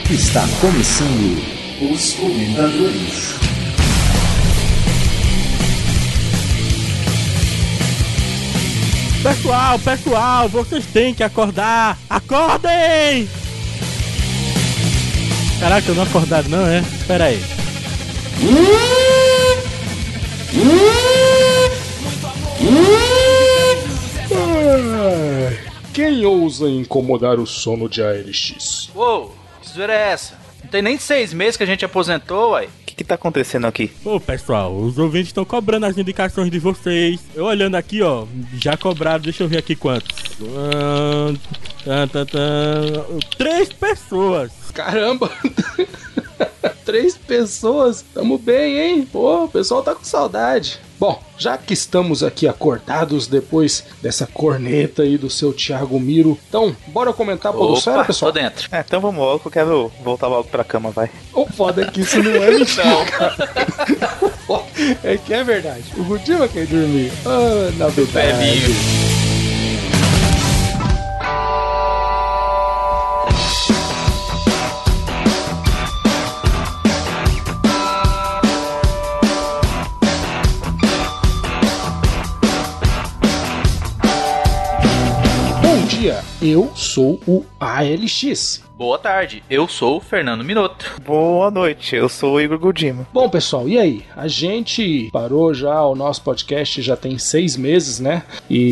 Está começando os Comentadores. Pessoal, vocês têm que acordar! Acordem! Caraca, eu não acordado não, é? Espera aí. Quem ousa incomodar o sono de ALX? Uou, que zoeira é essa? Não tem nem 6 meses que a gente aposentou, uai. O que tá acontecendo aqui? Ô pessoal, os ouvintes estão cobrando as indicações de vocês. Eu olhando aqui, ó, já cobraram, deixa eu ver aqui quantos. 3 pessoas. Caramba! 3 pessoas? Tamo bem, hein? Pô, o pessoal tá com saudade. Bom, já que estamos aqui acordados depois dessa corneta aí do seu Thiago Miro, então, bora comentar a podosfera, pessoal? Tô dentro. Então vamos logo, que eu quero voltar logo pra cama, vai. O foda é que isso não é mentira, cara. É que é verdade. O Gudima quer dormir. Ah, na verdade. Bom dia, eu sou o ALX. Boa tarde, eu sou o Fernando Minotto. Boa noite, eu sou o Igor Gudima. Bom, pessoal, e aí? A gente parou já, o nosso podcast já tem 6 meses, né?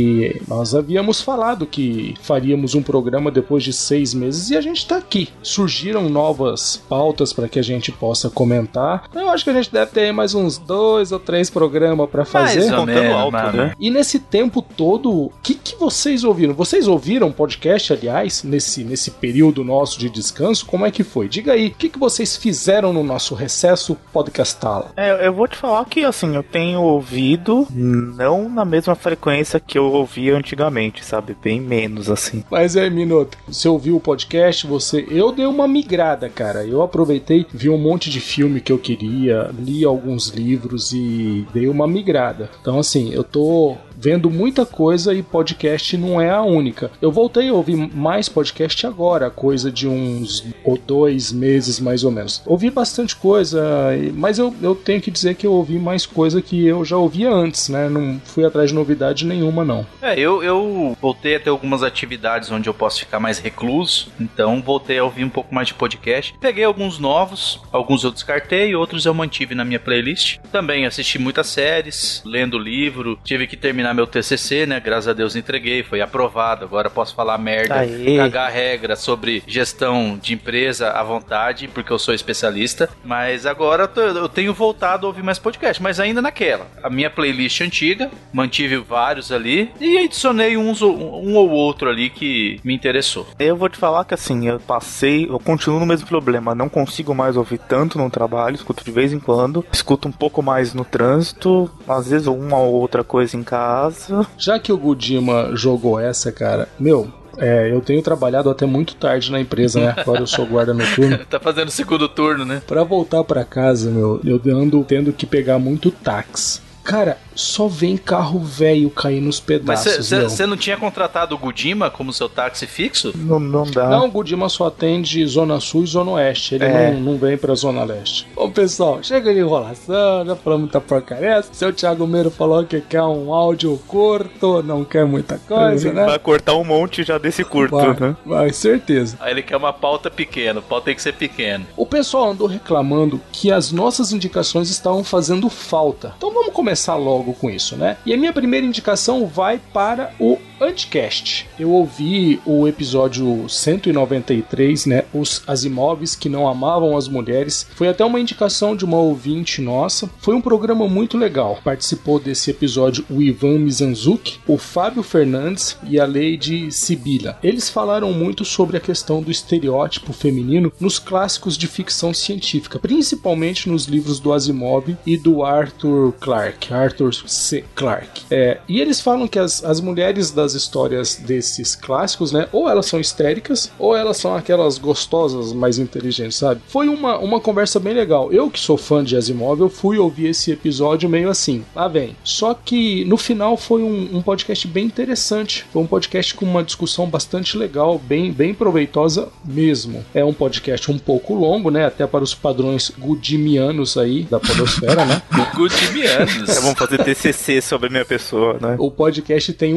E nós havíamos falado que faríamos um programa depois de 6 meses e a gente tá aqui. Surgiram novas pautas para que a gente possa comentar. Eu acho que a gente deve ter mais uns 2 ou 3 programas para fazer. Mais ou menos, alto, né? E nesse tempo todo, o que vocês ouviram? Vocês ouviram podcast, aliás, nesse período nosso de descanso? Como é que foi? Diga aí, o que vocês fizeram no nosso recesso podcastal? Eu vou te falar que, assim, eu tenho ouvido não na mesma frequência que eu ouvia antigamente, sabe? Bem menos, assim. Mas aí, Minuto, você ouviu o podcast, eu dei uma migrada, cara. Eu aproveitei, vi um monte de filme que eu queria, li alguns livros e dei uma migrada. Então, assim, eu tô vendo muita coisa e podcast não é a única. Eu voltei a ouvir mais podcast agora, coisa de uns 2 meses mais ou menos. Ouvi bastante coisa, mas eu tenho que dizer que eu ouvi mais coisa que eu já ouvia antes, né? Não fui atrás de novidade nenhuma, não. Eu voltei a ter algumas atividades onde eu posso ficar mais recluso, então voltei a ouvir um pouco mais de podcast. Peguei alguns novos, alguns eu descartei, outros eu mantive na minha playlist. Também assisti muitas séries, lendo livro, tive que terminar meu TCC, né? Graças a Deus entreguei, foi aprovado. Agora posso falar merda, cagar regra sobre gestão de empresa à vontade, porque eu sou especialista. Mas agora eu tenho voltado a ouvir mais podcast, mas ainda naquela. A minha playlist antiga, mantive vários ali e adicionei um ou outro ali que me interessou. Eu vou te falar que, assim, eu continuo no mesmo problema. Não consigo mais ouvir tanto no trabalho, escuto de vez em quando. Escuto um pouco mais no trânsito, às vezes uma ou outra coisa em casa. Já que o Gudima jogou essa, cara, eu tenho trabalhado até muito tarde na empresa, né? Agora eu sou guarda noturno. Tá fazendo segundo turno, né? Pra voltar pra casa, eu ando tendo que pegar muito táxi. Cara, só vem carro velho cair nos pedaços. Mas você não tinha contratado o Gudima como seu táxi fixo? Não dá. Não, o Gudima só atende Zona Sul e Zona Oeste. Ele não vem pra Zona Leste. Ô, pessoal, chega de enrolação, já falou muita porcaria. Seu Thiago Meiro falou que quer um áudio curto, não quer muita coisa, né? Vai cortar um monte já desse curto, né? Vai, certeza. Aí ele quer uma pauta pequena, o pauta tem que ser pequeno. O pessoal andou reclamando que as nossas indicações estavam fazendo falta. Então vamos começar logo com isso, né? E a minha primeira indicação vai para o Anticast. Eu ouvi o episódio 193, né? Os Asimovs que não amavam as mulheres. Foi até uma indicação de uma ouvinte nossa. Foi um programa muito legal. Participou desse episódio o Ivan Mizanzuki, o Fábio Fernandes e a Lady Sibila. Eles falaram muito sobre a questão do estereótipo feminino nos clássicos de ficção científica, principalmente nos livros do Asimov e do Arthur C. Clarke. E eles falam que as mulheres das das histórias desses clássicos, né? Ou elas são histéricas, ou elas são aquelas gostosas, mais inteligentes, sabe? Foi uma conversa bem legal. Eu que sou fã de Asimov, eu fui ouvir esse episódio meio assim, lá vem. Só que no final foi um podcast bem interessante. Foi um podcast com uma discussão bastante legal, bem proveitosa mesmo. É um podcast um pouco longo, né? Até para os padrões gudimianos aí da podosfera, né? Gudimianos. Vamos fazer TCC sobre a minha pessoa, né? O podcast tem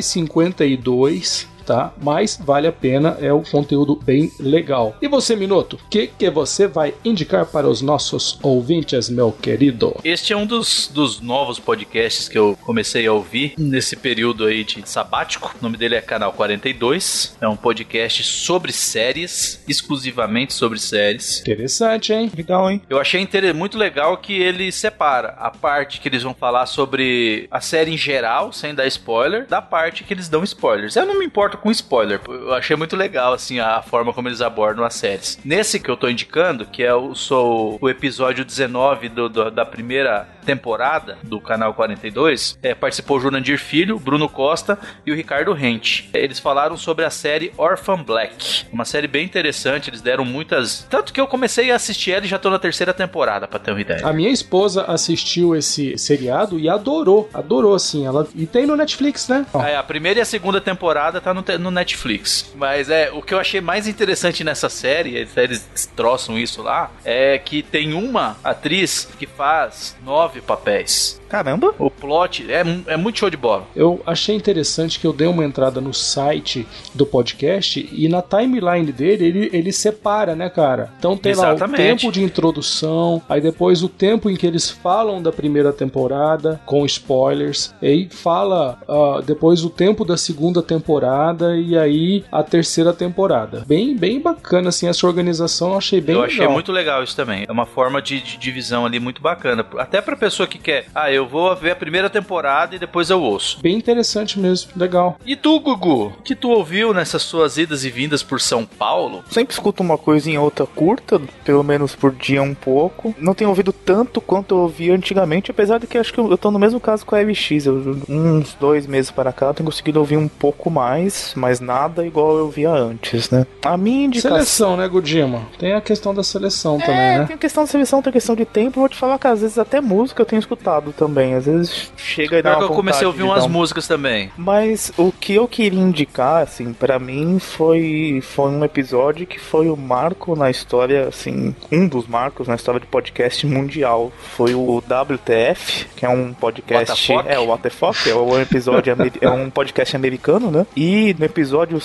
1h52, tá? Mas vale a pena, é um conteúdo bem legal. E você, Minoto, o que você vai indicar para os nossos ouvintes, meu querido? Este é um dos novos podcasts que eu comecei a ouvir nesse período aí de sabático. O nome dele é Canal 42. É um podcast sobre séries, exclusivamente sobre séries. Interessante, hein? Legal, hein? Eu achei muito legal que ele separa a parte que eles vão falar sobre a série em geral, sem dar spoiler, da parte que eles dão spoilers. Eu não me importo com spoiler. Eu achei muito legal, assim, a forma como eles abordam as séries. Nesse que eu tô indicando, que é o episódio 19 da primeira temporada do Canal 42, participou o Jurandir Filho, Bruno Costa e o Ricardo Rente. Eles falaram sobre a série Orphan Black. Uma série bem interessante, eles deram muitas... Tanto que eu comecei a assistir ela e já tô na terceira temporada, pra ter uma ideia. A minha esposa assistiu esse seriado e adorou, assim, e tem no Netflix, né? A primeira e a segunda temporada tá no Netflix. Mas o que eu achei mais interessante nessa série, eles troçam isso lá, é que tem uma atriz que faz 9 papéis. Caramba! O plot é muito show de bola. Eu achei interessante que eu dei uma entrada no site do podcast e na timeline dele ele separa, né, cara? Então tem Exatamente. lá o tempo de introdução, aí depois o tempo em que eles falam da primeira temporada, com spoilers, e aí fala depois o tempo da segunda temporada e aí a terceira temporada. Bem bacana, assim, essa organização eu achei bem legal. Eu achei muito legal isso também. É uma forma de divisão ali muito bacana. Até pra pessoa que quer, eu vou ver a primeira temporada e depois eu ouço. Bem interessante mesmo, legal. E tu, Gugu? O que tu ouviu nessas suas idas e vindas por São Paulo? Sempre escuto uma coisinha outra curta, pelo menos por dia um pouco. Não tenho ouvido tanto quanto eu ouvia antigamente, apesar de que acho que eu tô no mesmo caso com a MX. Uns 2 meses para cá eu tenho conseguido ouvir um pouco mais, mas nada igual eu via antes, né? A minha indicação... Seleção, né, Gudima? Tem a questão da seleção também, né? Tem a questão da seleção, tem a questão de tempo. Vou te falar que às vezes até música eu tenho escutado também. Às vezes chega e dá uma vontade. Eu comecei a ouvir umas músicas também. Mas o que eu queria indicar, assim, pra mim foi um episódio que foi o marco na história, assim, um dos marcos na história de podcast mundial. Foi o WTF, que é um podcast... o What the Fuck, é um episódio... é um podcast americano, né? E no episódio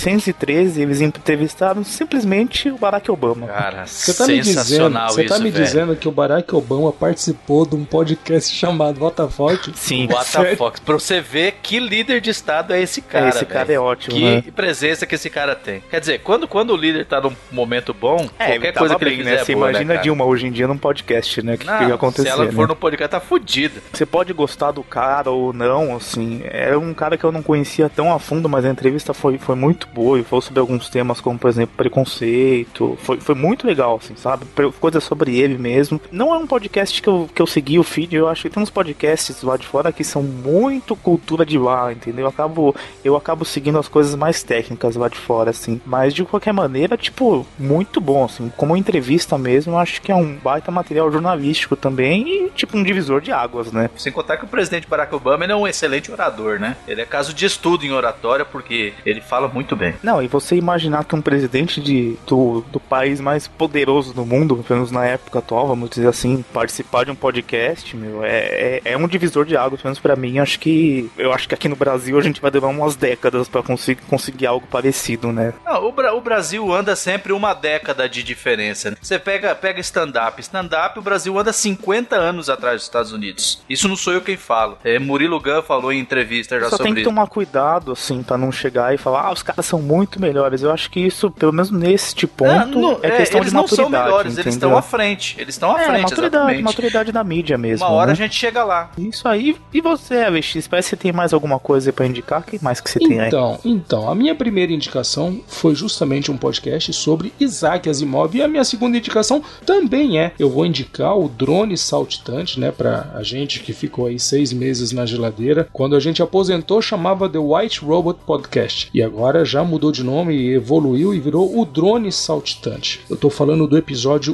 613 eles entrevistaram simplesmente o Barack Obama. Cara, você tá me dizendo que o Barack Obama participou de um podcast chamado What the Fuck? Sim. What the Fuck. Pra você ver que líder de estado é esse cara. Esse cara é ótimo, né? Que presença que esse cara tem. Quer dizer, quando o líder tá num momento bom, qualquer coisa que ele fizer, né? Você imagina, né, Dilma hoje em dia num podcast, né? Que ia acontecer, se ela for né? no podcast, tá fudida. Você pode gostar do cara ou não, assim. É um cara que eu não conhecia tão a fundo, mas a entrevista foi muito boa. E falou sobre alguns temas, como, por exemplo, preconceito. Foi muito legal, assim, sabe? Coisas sobre ele mesmo. Não é um podcast que eu segui o feed. Eu acho que tem uns podcasts lá de fora que são muito cultura de lá, entendeu? Eu acabo seguindo as coisas mais técnicas lá de fora, assim. Mas, de qualquer maneira, tipo, muito bom, assim. Como entrevista mesmo, eu acho que é um baita material jornalístico também e, tipo, um divisor de águas, né? Sem contar que o presidente Barack Obama, ele é um excelente orador, né? Ele é caso de estudo em oratória porque ele fala muito bem. Não, e você imaginar que um presidente do país mais poderoso do mundo, pelo menos na época atual, vamos dizer assim, participar de um podcast, meu, é um divisor de águas, pelo menos pra mim. Eu acho que aqui no Brasil a gente vai levar umas décadas pra conseguir algo parecido, né? Não, o Brasil anda sempre uma década de diferença, né? Você pega stand-up, o Brasil anda 50 anos atrás dos Estados Unidos. Isso não sou eu quem falo. Murilo Gun falou em entrevista já sobre isso. Só tem que tomar cuidado, assim, pra não chegar e falar, os caras são muito melhores. Eu acho que isso, pelo menos neste ponto, é questão de maturidade. Eles não são melhores, entendeu? Eles estão à frente. Eles estão à frente, exatamente. Maturidade da mídia mesmo. Uma hora né? chega lá. Isso aí. E você, AVX, parece que você tem mais alguma coisa pra indicar? O que mais que você tem aí? Então, a minha primeira indicação foi justamente um podcast sobre Isaac Asimov, e a minha segunda indicação também eu vou indicar o Drone Saltitante, né, pra a gente que ficou aí 6 meses na geladeira. Quando a gente aposentou, chamava The White Robot Podcast, e agora já mudou de nome e evoluiu e virou o Drone Saltitante. Eu tô falando do episódio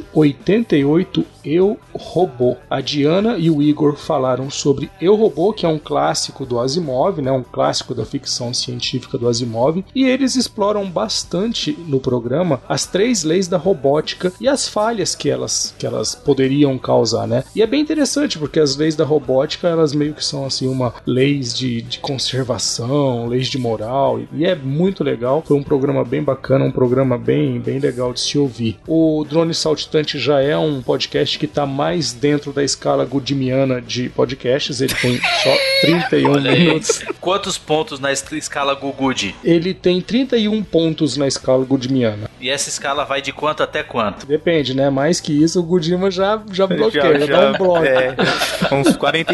88, Eu, Robô. A Diana e o Igor falaram sobre Eu, Robô, que é um clássico do Asimov, né, um clássico da ficção científica do Asimov, e eles exploram bastante no programa as 3 leis da robótica e as falhas que elas poderiam causar, né? E é bem interessante, porque as leis da robótica, elas meio que são assim, leis de conservação, leis de moral, e é muito legal. Foi um programa bem bacana, um programa bem legal de se ouvir. O Drone Saltitante já é um podcast que está mais dentro da escala goodimiana de podcasts. Ele tem só 31 minutos. Quantos pontos na escala Good? Ele tem 31 pontos na escala goodimiana. E essa escala vai de quanto até quanto? Depende, né? Mais que isso, o Goodima já bloqueia, já dá um bloco. Uns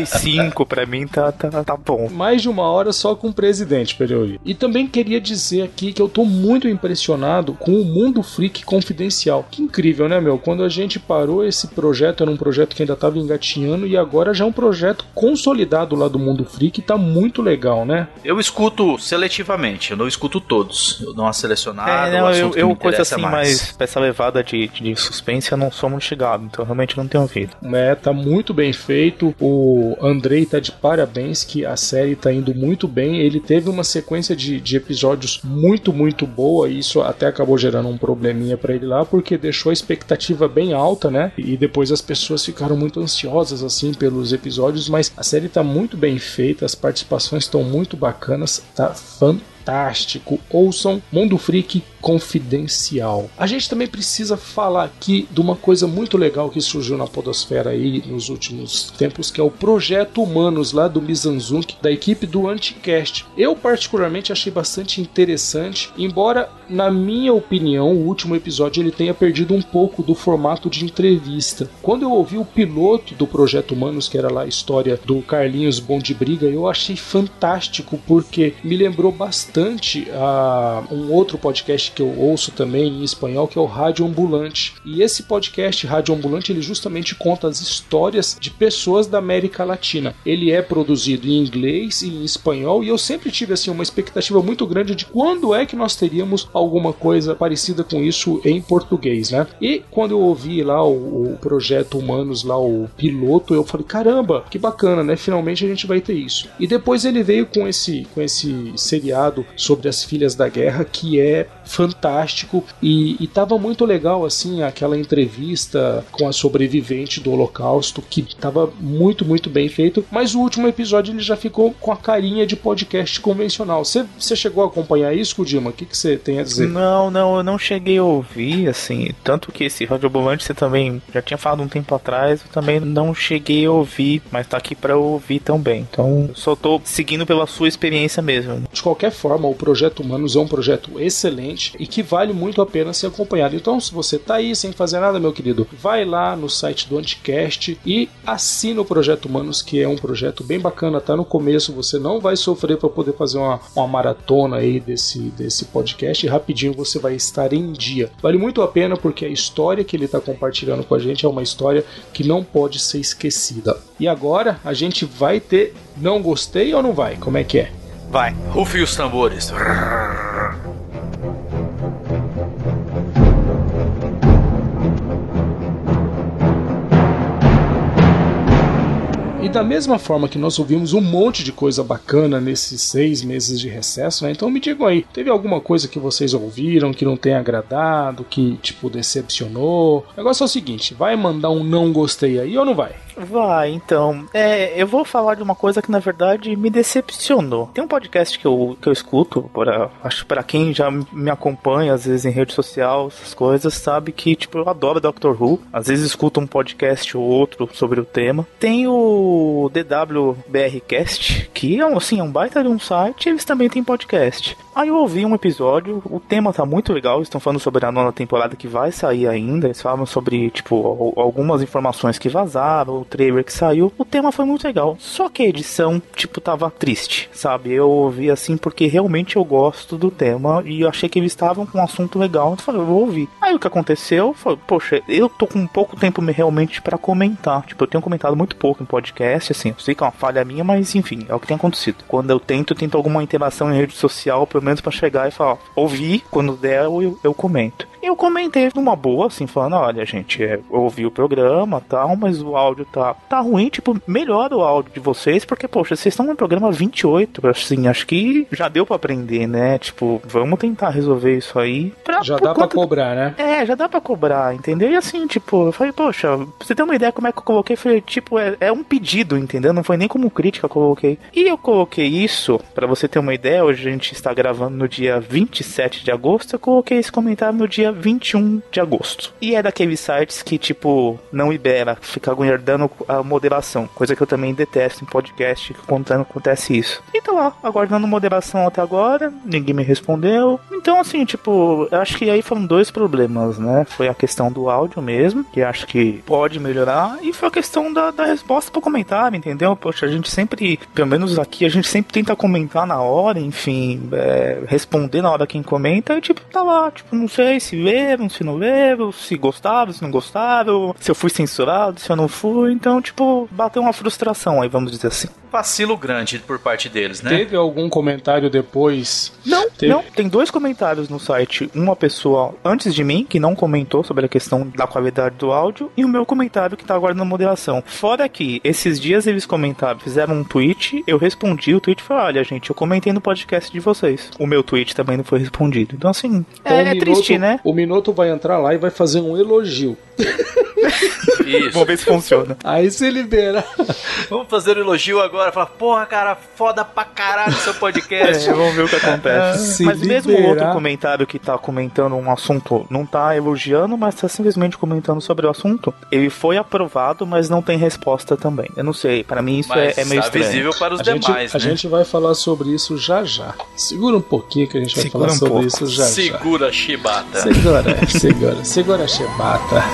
45 pra mim tá bom. Mais de 1 hora só com o presidente pra eu ir. E também queria dizer aqui que eu tô muito impressionado com o Mundo Freak Confidencial. Que incrível, né, meu? Quando a gente parou esse projeto, era um projeto que ainda tava engatinhando, e agora já é um projeto consolidado lá do Mundo Freak, tá muito legal, né? Eu escuto seletivamente, eu não escuto todos. Eu dou uma selecionada, eu coisa assim, mais pra essa levada de suspense, eu não sou muito chegado, então realmente não tenho ouvido. Tá muito bem feito. O Andrei tá de parabéns, que a série tá indo muito bem. Ele teve uma sequência de episódios muito boa, e isso até acabou gerando um probleminha pra ele lá, porque deixou a expectativa bem alta, né? E depois as pessoas ficaram muito ansiosas assim pelos episódios, mas a série tá muito bem feita, as participações estão muito bacanas, tá fantástico. Ouçam Mundo Freak Confidencial. A gente também precisa falar aqui de uma coisa muito legal que surgiu na podosfera aí nos últimos tempos, que é o Projeto Humanos, lá do Mizanzuki, da equipe do Anticast. Eu particularmente achei bastante interessante, embora, na minha opinião, o último episódio ele tenha perdido um pouco do formato de entrevista. Quando eu ouvi o piloto do Projeto Humanos, que era lá a história do Carlinhos Bom de Briga, eu achei fantástico, porque me lembrou bastante um outro podcast que eu ouço também em espanhol, que é o Rádio Ambulante. E esse podcast Rádio Ambulante, ele justamente conta as histórias de pessoas da América Latina. Ele é produzido em inglês e em espanhol, e eu sempre tive assim uma expectativa muito grande de quando é que nós teríamos alguma coisa parecida com isso em português, né? E quando eu ouvi lá o Projeto Humanos, lá o piloto, eu falei, caramba, que bacana, né? Finalmente a gente vai ter isso. E depois ele veio com esse seriado sobre as Filhas da Guerra, que é fantástico, e tava muito legal assim aquela entrevista com a sobrevivente do Holocausto, que tava muito bem feito, mas o último episódio ele já ficou com a carinha de podcast convencional. Você chegou a acompanhar isso, Kudima? O que você tem a dizer? Não, eu não cheguei a ouvir, assim, tanto que esse Rádio Ambulante você também já tinha falado um tempo atrás, eu também não cheguei a ouvir, mas tá aqui pra ouvir também, então só tô seguindo pela sua experiência mesmo. De qualquer forma, o Projeto Humanos é um projeto excelente e que vale muito a pena ser acompanhado. Então, se você tá aí sem fazer nada, meu querido, vai lá no site do Anticast e assina o Projeto Humanos, que é um projeto bem bacana, tá no começo, você não vai sofrer para poder fazer uma maratona aí desse podcast, e rapidinho você vai estar em dia. Vale muito a pena, porque a história que ele tá compartilhando com a gente é uma história que não pode ser esquecida. E agora a gente vai ter Não Gostei ou não vai? Como é que é? Vai, rufem os tambores. E da mesma forma que nós ouvimos um monte de coisa bacana nesses 6 meses de recesso, né? Então me digam aí, teve alguma coisa que vocês ouviram que não tenha agradado, que tipo decepcionou? O negócio é o seguinte, vai mandar um não gostei aí ou não vai? Vai, então. Eu vou falar de uma coisa que na verdade me decepcionou. Tem um podcast que eu escuto, acho que pra quem já me acompanha, às vezes em rede social, essas coisas, sabe que tipo eu adoro Doctor Who. Às vezes escuto um podcast ou outro sobre o tema. Tem o DWBRcast, que é um baita de um site, eles também têm podcast. Aí eu ouvi um episódio, o tema tá muito legal, estão falando sobre a 9ª temporada que vai sair ainda, eles falam sobre, tipo, algumas informações que vazaram, o trailer que saiu, o tema foi muito legal, só que a edição, tipo, tava triste, sabe? Eu ouvi assim porque realmente eu gosto do tema e eu achei que eles estavam com um assunto legal, então eu falei, eu vou ouvir. Aí o que aconteceu foi, poxa, eu tô com pouco tempo realmente pra comentar, tipo, eu tenho comentado muito pouco em podcast, assim, eu sei que é uma falha minha, mas enfim, é o que tem acontecido. Quando eu tento alguma interação em rede social, pelo menos pra chegar e falar, ouvi, quando der eu comento. E eu comentei numa boa, assim, falando, olha, gente, eu ouvi o programa e tal, mas o áudio tá ruim, tipo, melhora o áudio de vocês, porque, poxa, vocês estão no programa 28, assim, acho que já deu pra aprender, né? Tipo, vamos tentar resolver isso aí. Já dá pra cobrar, né? É, já dá pra cobrar, entendeu? E assim, tipo, eu falei, poxa, pra você ter uma ideia como é que eu coloquei, foi, tipo, é um pedido, entendeu? Não foi nem como crítica que eu coloquei. E eu coloquei isso, pra você ter uma ideia, hoje a gente está gravando no dia 27 de agosto, eu coloquei esse comentário no dia 21 de agosto. E é daqueles sites que, tipo, não libera, fica guardando a moderação, coisa que eu também detesto em podcast, quando acontece isso. E tô lá, aguardando moderação até agora, ninguém me respondeu. Então, assim, tipo, eu acho que aí foram dois problemas, né? Foi a questão do áudio mesmo, que acho que pode melhorar, e foi a questão da resposta pro comentário, entendeu? Poxa, a gente sempre, pelo menos aqui, a gente sempre tenta comentar na hora, enfim, responder na hora quem comenta, e tipo, tá lá, tipo, não sei se leram, se não leram, se gostaram, se não gostaram, se eu fui censurado, se eu não fui, então, tipo, bateu uma frustração aí, vamos dizer assim. Vacilo grande por parte deles, né? Teve algum comentário depois? Não, tem 2 comentários no site, uma pessoa antes de mim, que não comentou sobre a questão da qualidade do áudio, e o meu comentário que tá aguardando moderação. Fora que, esses dias eles comentaram, fizeram um tweet, eu respondi, o tweet foi, olha, gente, eu comentei no podcast de vocês. O meu tweet também não foi respondido. Então, assim, então, triste, né? O Minuto vai entrar lá e vai fazer um elogio. Isso. Vamos ver se funciona. Aí se libera. Vamos fazer um elogio agora. Falar, porra, cara, foda pra caralho seu podcast. Vamos ver o que acontece. Mas mesmo o outro comentário que tá comentando um assunto, não tá elogiando, mas tá simplesmente comentando sobre o assunto, ele foi aprovado, mas não tem resposta também. Eu não sei, pra mim isso é meio estranho. Visível para os demais, né? A gente vai falar sobre isso já já. Segura um pouquinho que a gente vai falar sobre isso já já. Segura, Shibata. Segura, Shibata.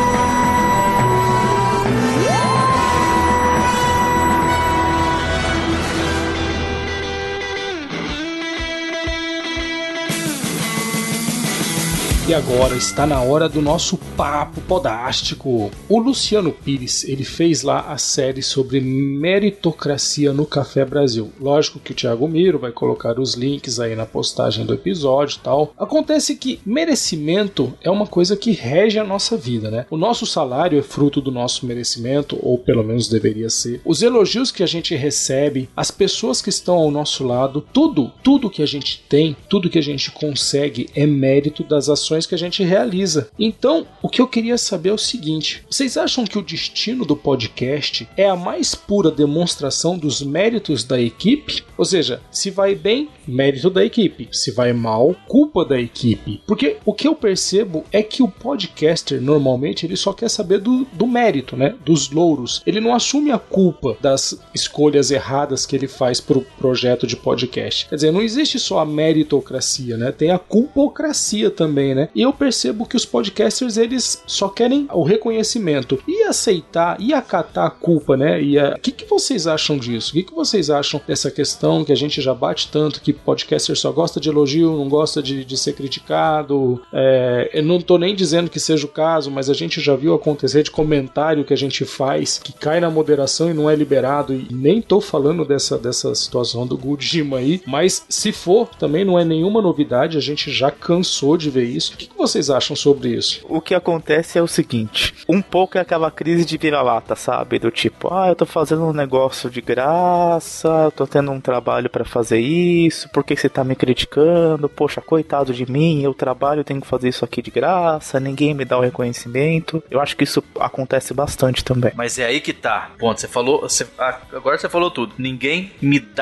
E agora está na hora do nosso papo podástico. O Luciano Pires, ele fez lá a série sobre meritocracia no Café Brasil. Lógico que o Thiago Miro vai colocar os links aí na postagem do episódio e tal. Acontece que merecimento é uma coisa que rege a nossa vida, né? O nosso salário é fruto do nosso merecimento, ou pelo menos deveria ser. Os elogios que a gente recebe, as pessoas que estão ao nosso lado, tudo que a gente tem, tudo que a gente consegue é mérito das ações que a gente realiza. Então, o que eu queria saber é o seguinte: vocês acham que o destino do podcast é a mais pura demonstração dos méritos da equipe? Ou seja, se vai bem, mérito da equipe. Se vai mal, culpa da equipe. Porque o que eu percebo é que o podcaster, normalmente, ele só quer saber do mérito, né? Dos louros. Ele não assume a culpa das escolhas erradas que ele faz pro projeto de podcast. Quer dizer, não existe só a meritocracia, né? Tem a culpocracia também, né? E eu percebo que os podcasters, eles só querem o reconhecimento e aceitar e acatar a culpa, né? O que vocês acham disso? O que vocês acham dessa questão que a gente já bate tanto, que podcaster só gosta de elogio, não gosta de ser criticado? Eu não tô nem dizendo que seja o caso, mas a gente já viu acontecer de comentário que a gente faz, que cai na moderação e não é liberado, e nem tô falando dessa situação do Gudjima aí, mas se for, também não é nenhuma novidade, a gente já cansou de ver isso. O que vocês acham sobre isso? O que acontece é o seguinte, um pouco é aquela crise de vira-lata, sabe? Do tipo, eu tô fazendo um negócio de graça, eu tô tendo um trabalho pra fazer isso, por que você tá me criticando? Poxa, coitado de mim, eu trabalho, eu tenho que fazer isso aqui de graça, ninguém me dá o reconhecimento. Eu acho que isso acontece bastante também. Mas é aí que tá. Ponto, agora você falou tudo. Ninguém me dá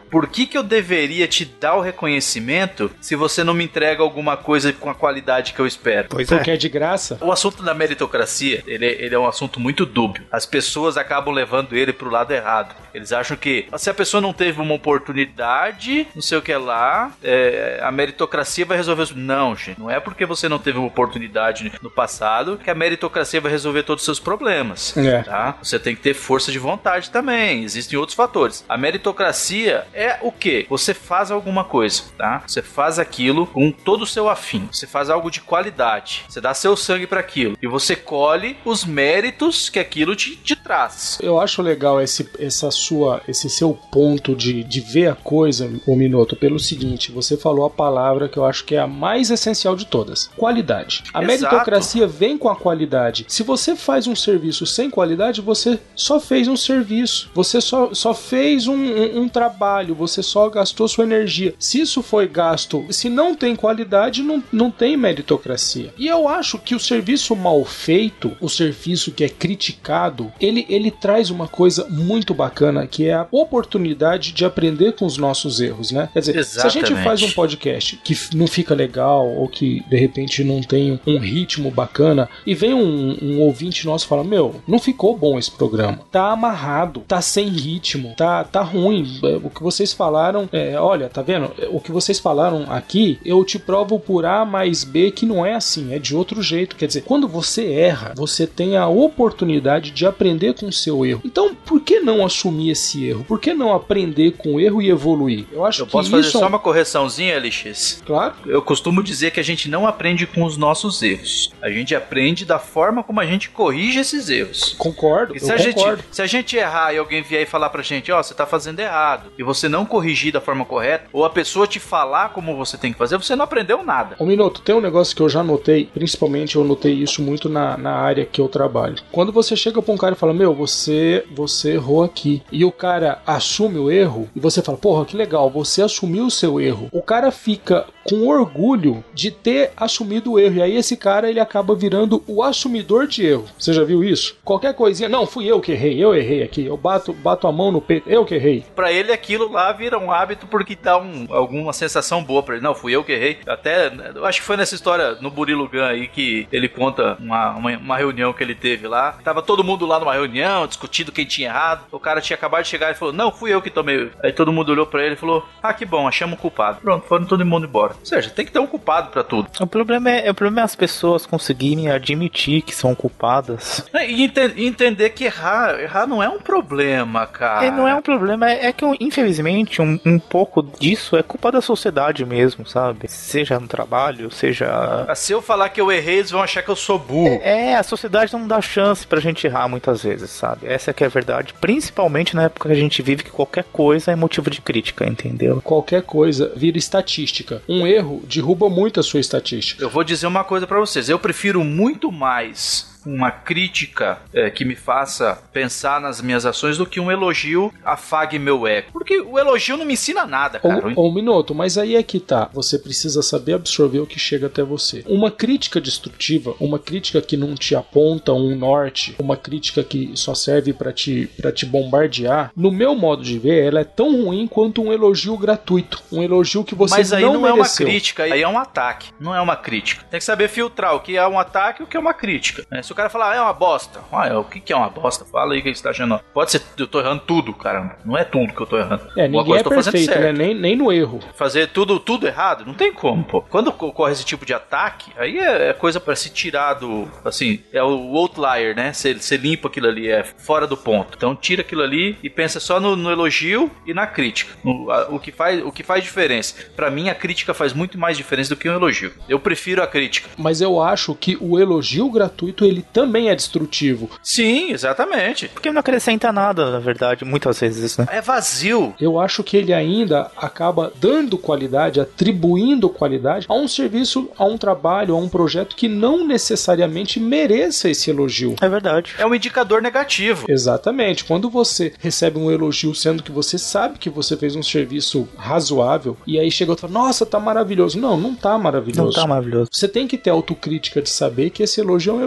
Por que eu deveria te dar o reconhecimento se você não me entrega alguma coisa com a qualidade que eu espero? Porque é de graça. O assunto da meritocracia, ele é um assunto muito dúbio. As pessoas acabam levando ele pro lado errado. Eles acham que se a pessoa não teve uma oportunidade, não sei o que lá, a meritocracia vai resolver isso. Não, gente. Não é porque você não teve uma oportunidade no passado que a meritocracia vai resolver todos os seus problemas. Tá? Você tem que ter força de vontade também. Existem outros fatores. A meritocracia é o quê? Você faz alguma coisa, tá? Você faz aquilo com todo o seu afim. Você faz algo de qualidade. Você dá seu sangue para aquilo. E você colhe os méritos que aquilo te traz. Eu acho legal esse seu ponto de ver a coisa, ô Minoto, pelo seguinte, você falou a palavra que eu acho que é a mais essencial de todas: qualidade. A meritocracia vem com a qualidade. Se você faz um serviço sem qualidade, você só fez um serviço. Você só fez um trabalho. Você só gastou sua energia. Se isso foi gasto, se não tem qualidade, não tem meritocracia. E eu acho que o serviço mal feito, o serviço que é criticado, ele traz uma coisa muito bacana, que é a oportunidade de aprender com os nossos erros, né? Quer dizer, exatamente. Se a gente faz um podcast que não fica legal, ou que de repente não tem um ritmo bacana, e vem um ouvinte nosso e fala: meu, não ficou bom esse programa, tá amarrado, tá sem ritmo, tá ruim, o que vocês falaram, olha, tá vendo? O que vocês falaram aqui, eu te provo por A mais B que não é assim, é de outro jeito. Quer dizer, quando você erra, você tem a oportunidade de aprender com o seu erro. Então, por que não assumir esse erro? Por que não aprender com o erro e evoluir? Eu acho que posso fazer só uma correçãozinha, LX? Claro. Eu costumo dizer que a gente não aprende com os nossos erros. A gente aprende da forma como a gente corrige esses erros. Concordo, Se a gente errar e alguém vier e falar pra gente: você tá fazendo errado, e você não corrigir da forma correta, ou a pessoa te falar como você tem que fazer, você não aprendeu nada. Ô Minoto, tem um negócio que eu já notei, principalmente eu notei isso muito na área que eu trabalho. Quando você chega pra um cara e fala: meu, você errou aqui, e o cara assume o erro, e você fala: porra, que legal, você assumiu o seu erro. O cara fica com orgulho de ter assumido o erro, e aí esse cara, ele acaba virando o assumidor de erro. Você já viu isso? Qualquer coisinha: não, fui eu que errei, eu errei aqui, eu bato a mão no peito, eu que errei. Pra ele aquilo lá vira um hábito porque dá alguma sensação boa pra ele. Não, fui eu que errei. Até, eu acho que foi nessa história no Burilu Gun aí que ele conta uma reunião que ele teve lá. Tava todo mundo lá numa reunião, discutindo quem tinha errado. O cara tinha acabado de chegar e falou: não, fui eu que tomei. Aí todo mundo olhou pra ele e falou: que bom, achamos um culpado. Pronto, foram todo mundo embora. Ou seja, tem que ter um culpado pra tudo. O problema é as pessoas conseguirem admitir que são culpadas. E entender que errar não é um problema, cara. Não é um problema, é que infelizmente um pouco disso é culpa da sociedade mesmo, sabe? Seja no trabalho, seja... Se eu falar que eu errei, eles vão achar que eu sou burro. A sociedade não dá chance pra gente errar muitas vezes, sabe? Essa que é a verdade, principalmente na época que a gente vive, que qualquer coisa é motivo de crítica, entendeu? Qualquer coisa vira estatística. Um erro derruba muito a sua estatística. Eu vou dizer uma coisa pra vocês, eu prefiro muito mais uma crítica que me faça pensar nas minhas ações do que um elogio afague meu ego. Porque o elogio não me ensina nada, cara. Ô Minoto, mas aí é que tá. Você precisa saber absorver o que chega até você. Uma crítica destrutiva, uma crítica que não te aponta um norte, uma crítica que só serve pra te bombardear, no meu modo de ver, ela é tão ruim quanto um elogio gratuito. Um elogio que você não mereceu. Mas aí não é uma crítica, aí é um ataque. Não é uma crítica. Tem que saber filtrar o que é um ataque e o que é uma crítica. Se o cara falar: é uma bosta. O que é uma bosta? Fala aí o que você tá achando. Pode ser, eu tô errando tudo, caramba. Não é tudo que eu tô errando. Ninguém é perfeito, né? Nem no erro. Fazer tudo errado? Não tem como, pô. Quando ocorre esse tipo de ataque, aí é coisa pra se tirar do... Assim, é o outlier, né? Você limpa aquilo ali, é fora do ponto. Então tira aquilo ali e pensa só no elogio e na crítica. O que faz diferença. Pra mim, a crítica faz muito mais diferença do que um elogio. Eu prefiro a crítica. Mas eu acho que o elogio gratuito, ele também é destrutivo. Sim, exatamente. Porque não acrescenta nada, na verdade, muitas vezes, né? É vazio. Eu acho que ele ainda acaba dando qualidade, atribuindo qualidade a um serviço, a um trabalho, a um projeto que não necessariamente mereça esse elogio. É verdade. É um indicador negativo. Exatamente. Quando você recebe um elogio, sendo que você sabe que você fez um serviço razoável, e aí chega outro e fala: nossa, tá maravilhoso. Não tá maravilhoso. Não tá maravilhoso. Você tem que ter autocrítica de saber que esse elogio é um elogio que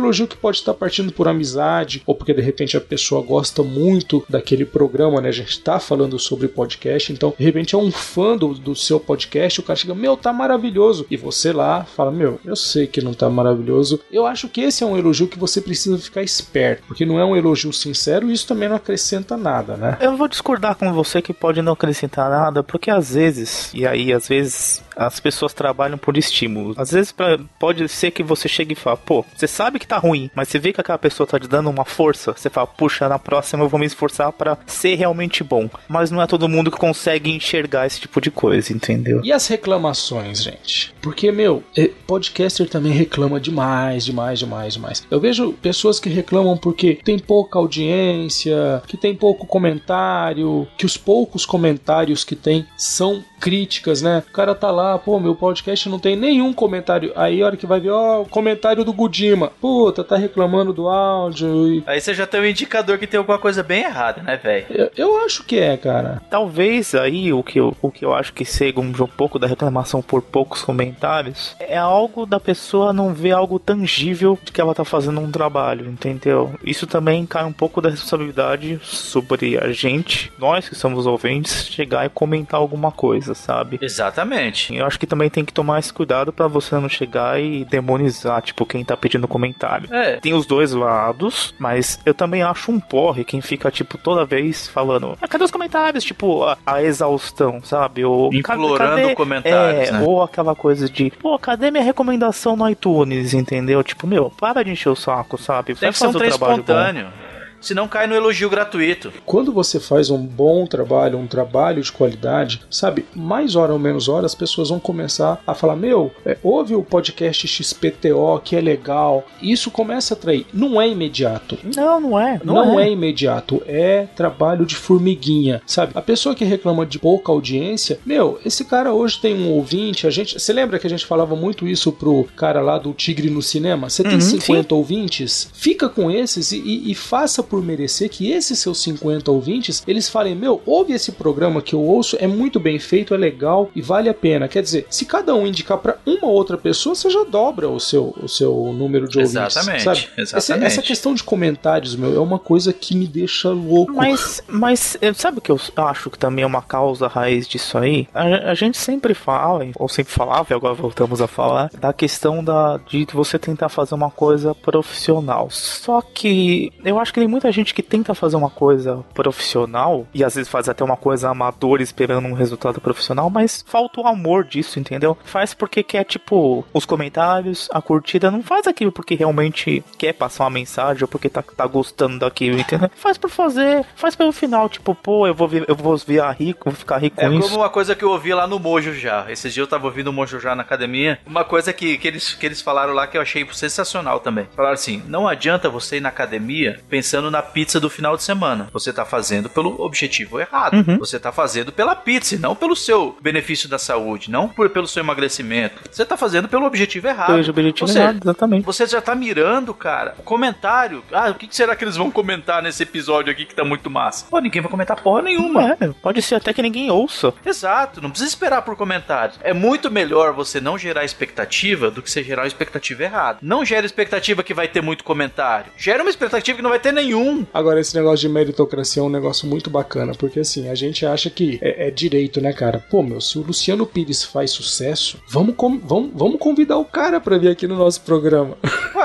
pode estar partindo por amizade, ou porque de repente a pessoa gosta muito daquele programa, né? A gente tá falando sobre podcast, então de repente é um fã do seu podcast, o cara chega, meu, tá maravilhoso. E você lá fala, meu, eu sei que não tá maravilhoso. Eu acho que esse é um elogio que você precisa ficar esperto, porque não é um elogio sincero e isso também não acrescenta nada, né? Eu vou discordar com você que pode não acrescentar nada, porque às vezes as pessoas trabalham por estímulo. Às vezes pode ser que você chegue e fale, pô, você sabe que tá ruim, mas você vê que aquela pessoa tá te dando uma força, você fala, puxa, na próxima eu vou me esforçar pra ser realmente bom. Mas não é todo mundo que consegue enxergar esse tipo de coisa, entendeu? E as reclamações, gente? Porque, meu, podcaster também reclama demais. Eu vejo pessoas que reclamam porque tem pouca audiência, que tem pouco comentário, que os poucos comentários que tem são críticas, né? O cara tá lá, pô, meu podcast não tem nenhum comentário. Aí a hora que vai ver, ó, o comentário do Gudima. Puta, tá reclamando do áudio. Aí você já tem um indicador que tem alguma coisa bem errada, né, velho? Eu acho que é, cara. Talvez aí o que eu acho que seja um pouco da reclamação por poucos comentários é algo da pessoa não ver algo tangível de que ela tá fazendo um trabalho, entendeu? Isso também cai um pouco da responsabilidade sobre a gente, nós que somos ouvintes, chegar e comentar alguma coisa, sabe? Exatamente. Eu acho que também tem que tomar esse cuidado pra você não chegar e demonizar, tipo, quem tá pedindo comentário. Tem os dois lados, mas eu também acho um porre quem fica, tipo, toda vez falando, cadê os comentários? Tipo, a exaustão, sabe? Ou, implorando comentários, né? Ou aquela coisa de, pô, cadê minha recomendação no iTunes, entendeu? Tipo, meu, para de encher o saco, sabe? Tem que ser um trem espontâneo. Senão cai no elogio gratuito. Quando você faz um bom trabalho, um trabalho de qualidade, sabe, mais hora ou menos hora, as pessoas vão começar a falar, meu, ouve o podcast XPTO, que é legal. Isso começa a atrair. Não é imediato. Não é. Não é imediato. É trabalho de formiguinha, sabe? A pessoa que reclama de pouca audiência, meu, esse cara hoje tem um ouvinte, você lembra que a gente falava muito isso pro cara lá do Tigre no Cinema? Você tem 50 sim. ouvintes? Fica com esses e faça por merecer que esses seus 50 ouvintes, eles falem, meu, ouve esse programa que eu ouço, é muito bem feito, é legal e vale a pena. Quer dizer, se cada um indicar para uma outra pessoa, você já dobra o seu número de ouvintes. Exatamente. Sabe? Essa questão de comentários, meu, é uma coisa que me deixa louco. Mas sabe o que eu acho que também é uma causa raiz disso aí? A gente sempre fala, ou sempre falava, e agora voltamos a falar, da questão de você tentar fazer uma coisa profissional. Só que eu acho que tem muita gente que tenta fazer uma coisa profissional e às vezes faz até uma coisa amadora esperando um resultado profissional, mas falta o amor disso, entendeu? Faz porque quer, tipo, os comentários, a curtida, não faz aquilo porque realmente quer passar uma mensagem ou porque tá gostando daquilo, entendeu? Faz por fazer, faz pelo final, tipo, pô, eu vou ficar rico com isso. É como uma coisa que eu ouvi lá no Mojo Já. Esses dias eu tava ouvindo o Mojo Já na academia, uma coisa que eles falaram lá que eu achei sensacional também. Falaram assim, não adianta você ir na academia pensando na pizza do final de semana. Você tá fazendo pelo objetivo errado. Você tá fazendo pela pizza, não pelo seu benefício da saúde, não pelo seu emagrecimento. Você tá fazendo pelo objetivo errado. Pelo objetivo errado, exatamente. Você já tá mirando, cara, o comentário. O que será que eles vão comentar nesse episódio aqui que tá muito massa? Pô, ninguém vai comentar porra nenhuma. Pode ser até que ninguém ouça. Exato, não precisa esperar por comentários. É muito melhor você não gerar expectativa do que você gerar uma expectativa errada. Não gera expectativa que vai ter muito comentário. Gera uma expectativa que não vai ter nenhum. Agora, esse negócio de meritocracia é um negócio muito bacana, porque assim, a gente acha que é direito, né, cara? Pô, meu, se o Luciano Pires faz sucesso, vamos convidar o cara pra vir aqui no nosso programa.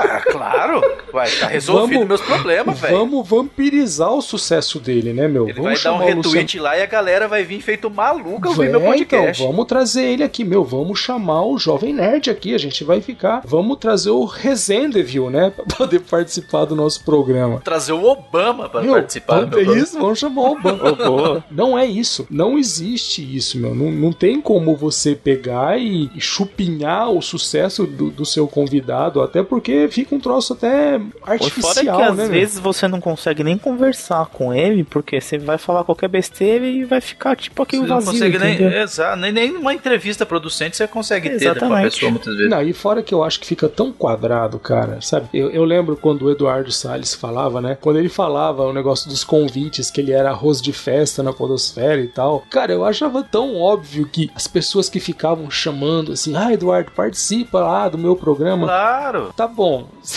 Claro! Vai estar resolvido meus problemas, velho. Vamos vampirizar o sucesso dele, né, meu? Ele vai dar um retweet lá e a galera vai vir feito maluca ouvir meu podcast. Então, vamos trazer ele aqui, meu. Vamos chamar o Jovem Nerd aqui, a gente vai ficar. Vamos trazer o Rezendeville, né, pra poder participar do nosso programa. Trazer o Obama pra participar do meu programa. Isso, vamos chamar o Obama. Não é isso. Não existe isso, meu. Não tem como você pegar e chupinhar o sucesso do seu convidado, até porque fica um troço até artificial, fora que né? Às vezes você não consegue nem conversar com ele, porque você vai falar qualquer besteira e vai ficar tipo aquele vazio. Você não consegue nem uma entrevista producente você consegue ter com a pessoa muitas vezes. Não, e fora que eu acho que fica tão quadrado, cara, sabe? Eu lembro quando o Eduardo Salles falava, né? Quando ele falava o negócio dos convites, que ele era arroz de festa na podosfera e tal. Cara, eu achava tão óbvio que as pessoas que ficavam chamando assim, Eduardo, participa lá do meu programa. Claro! Tá bom.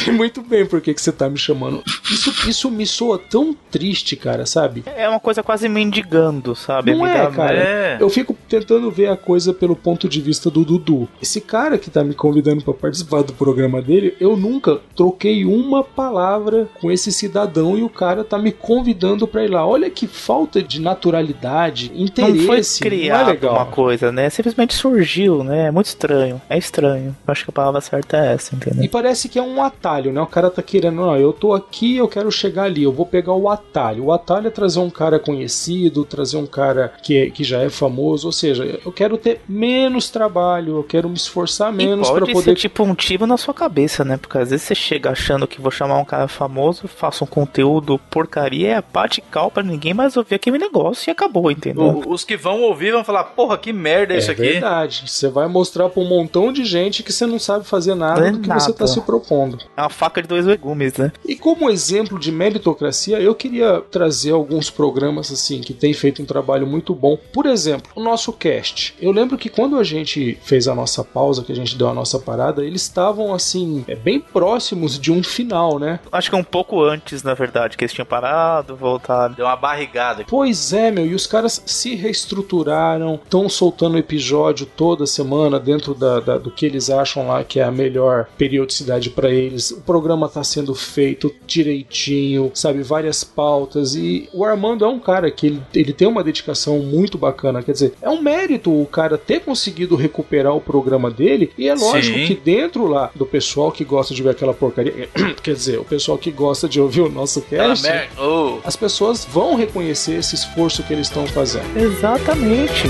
sei muito bem por que você tá me chamando. Isso me soa tão triste, cara, sabe? É uma coisa quase mendigando, sabe? Não é, cara. Eu fico tentando ver a coisa pelo ponto de vista do Dudu. Esse cara que tá me convidando pra participar do programa dele, eu nunca troquei uma palavra com esse cidadão e o cara tá me convidando pra ir lá. Olha que falta de naturalidade, interesse. Não foi criado não é legal. Uma coisa, né? Simplesmente surgiu, né? É muito estranho. É estranho. Eu acho que a palavra certa é essa, entendeu? E parece que é um atalho, né? O cara tá querendo, não, eu tô aqui, eu quero chegar ali, eu vou pegar o atalho. O atalho é trazer um cara conhecido, trazer um cara que já é famoso, ou seja, eu quero ter menos trabalho, eu quero me esforçar menos pra poder... Pode ser tipo um tiro na sua cabeça, né? Porque às vezes você chega achando que vou chamar um cara famoso, faço um conteúdo porcaria, é pate cal pra ninguém mais ouvir aquele negócio e acabou, entendeu? Os que vão ouvir vão falar, porra, que merda é isso aqui. É verdade. Você vai mostrar pra um montão de gente que você não sabe fazer nada do que você tá se propondo. É uma faca de dois legumes, né? E como exemplo de meritocracia, eu queria trazer alguns programas assim que têm feito um trabalho muito bom. Por exemplo, o nosso cast. Eu lembro que quando a gente fez a nossa pausa, que a gente deu a nossa parada, eles estavam assim, bem próximos de um final, né? Acho que um pouco antes, na verdade, que eles tinham parado, voltado. Deu uma barrigada. Pois é, meu, e os caras se reestruturaram, estão soltando episódio toda semana dentro do que eles acham lá que é a melhor periodicidade pra eles. O programa tá sendo feito direitinho, sabe, várias pautas, e o Armando é um cara que ele tem uma dedicação muito bacana, quer dizer, é um mérito o cara ter conseguido recuperar o programa dele, e é lógico que dentro lá do pessoal que gosta de ver aquela porcaria, quer dizer, o pessoal que gosta de ouvir o nosso cast, as pessoas vão reconhecer esse esforço que eles estão fazendo. Exatamente.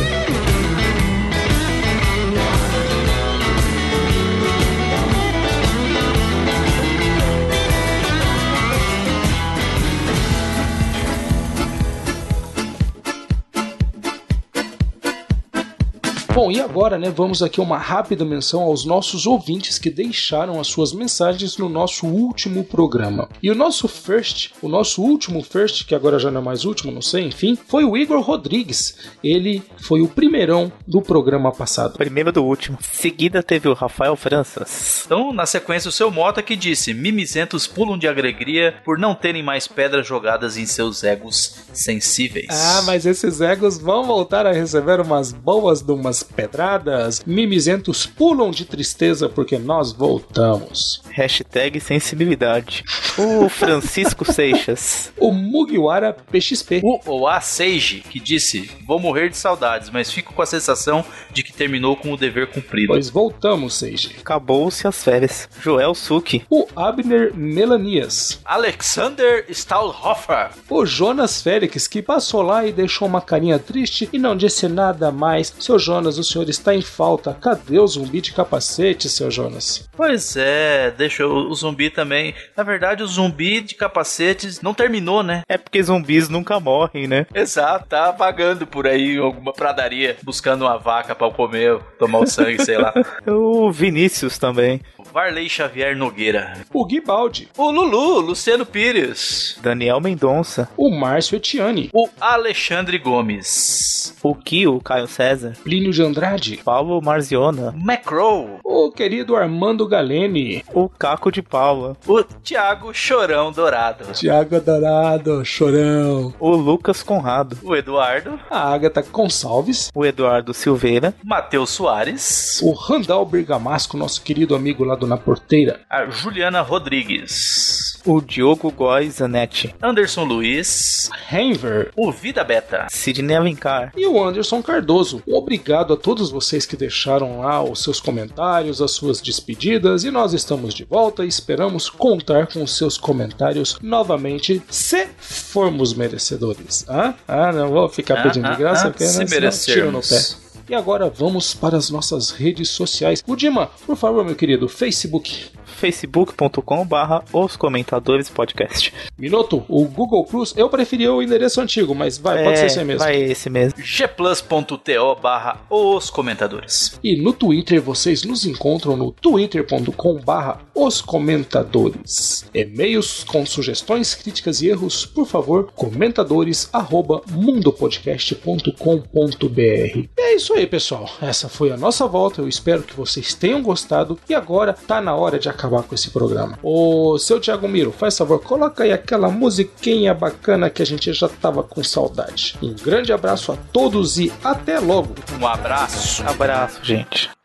Bom, e agora, né, vamos aqui uma rápida menção aos nossos ouvintes que deixaram as suas mensagens no nosso último programa. E o nosso último first, que agora já não é mais último, não sei, enfim, foi o Igor Rodrigues. Ele foi o primeirão do programa passado. Primeiro do último. Seguida teve o Rafael Franças. Então, na sequência, o seu Mota que disse: mimizentos pulam de alegria por não terem mais pedras jogadas em seus egos sensíveis. Ah, mas esses egos vão voltar a receber umas boas de umas pedradas. Mimizentos pulam de tristeza porque nós voltamos. Hashtag sensibilidade. O Francisco Seixas. O Mugiwara PXP. O Oa Seiji, que disse: vou morrer de saudades, mas fico com a sensação de que terminou com o dever cumprido. Pois voltamos, Seiji. Acabou-se as férias. Joel Suki. O Abner Melanias. Alexander Stahlhofer. O Jonas Félix, que passou lá e deixou uma carinha triste e não disse nada mais. Seu Jonas, o senhor está em falta. Cadê o zumbi de capacete, seu Jonas? Pois é, deixou o zumbi também. Na verdade, o zumbi de capacetes não terminou, né? É porque zumbis nunca morrem, né? Exato, tá vagando por aí em alguma pradaria, buscando uma vaca pra comer, tomar o sangue, sei lá. O Vinícius também. Varley Xavier Nogueira. O Guibaldi. O Lulu, Luciano Pires. Daniel Mendonça. O Márcio Etiani. O Alexandre Gomes. O Kio, Caio César. Plínio de Andrade. Paulo Marziona. Macrow. O querido Armando Galene. O Caco de Paula. O Thiago Chorão Dourado. Thiago Dourado, Chorão. O Lucas Conrado. O Eduardo. A Agatha Gonçalves. O Eduardo Silveira. Matheus Soares. O Randall Bergamasco, nosso querido amigo lá do Na Porteira. A Juliana Rodrigues. O Diogo Góes Zanetti. Anderson Luiz. Henver. O Vida Beta. Sidney Alencar. E o Anderson Cardoso. Obrigado a todos vocês que deixaram lá os seus comentários, as suas despedidas, e nós estamos de volta e esperamos contar com os seus comentários novamente, se formos merecedores. Não vou ficar pedindo de graça, porque se merecermos. Tiro no pé. E agora vamos para as nossas redes sociais. O Dima, por favor, meu querido, Facebook. facebook.com/Os Comentadores Podcast. Minoto, o Google Plus, eu preferia o endereço antigo, mas pode ser esse mesmo. Vai esse mesmo. gplus.to/Os Comentadores. E no Twitter, vocês nos encontram no twitter.com/Os Comentadores. E-mails com sugestões, críticas e erros, por favor, comentadores@mundopodcast.com.br. E é isso aí, pessoal. Essa foi a nossa volta. Eu espero que vocês tenham gostado. E agora tá na hora de acabar acabar com esse programa. Ô, seu Thiago Miro, faz favor, coloca aí aquela musiquinha bacana que a gente já tava com saudade. Um grande abraço a todos e até logo. Um abraço. Abraço, gente.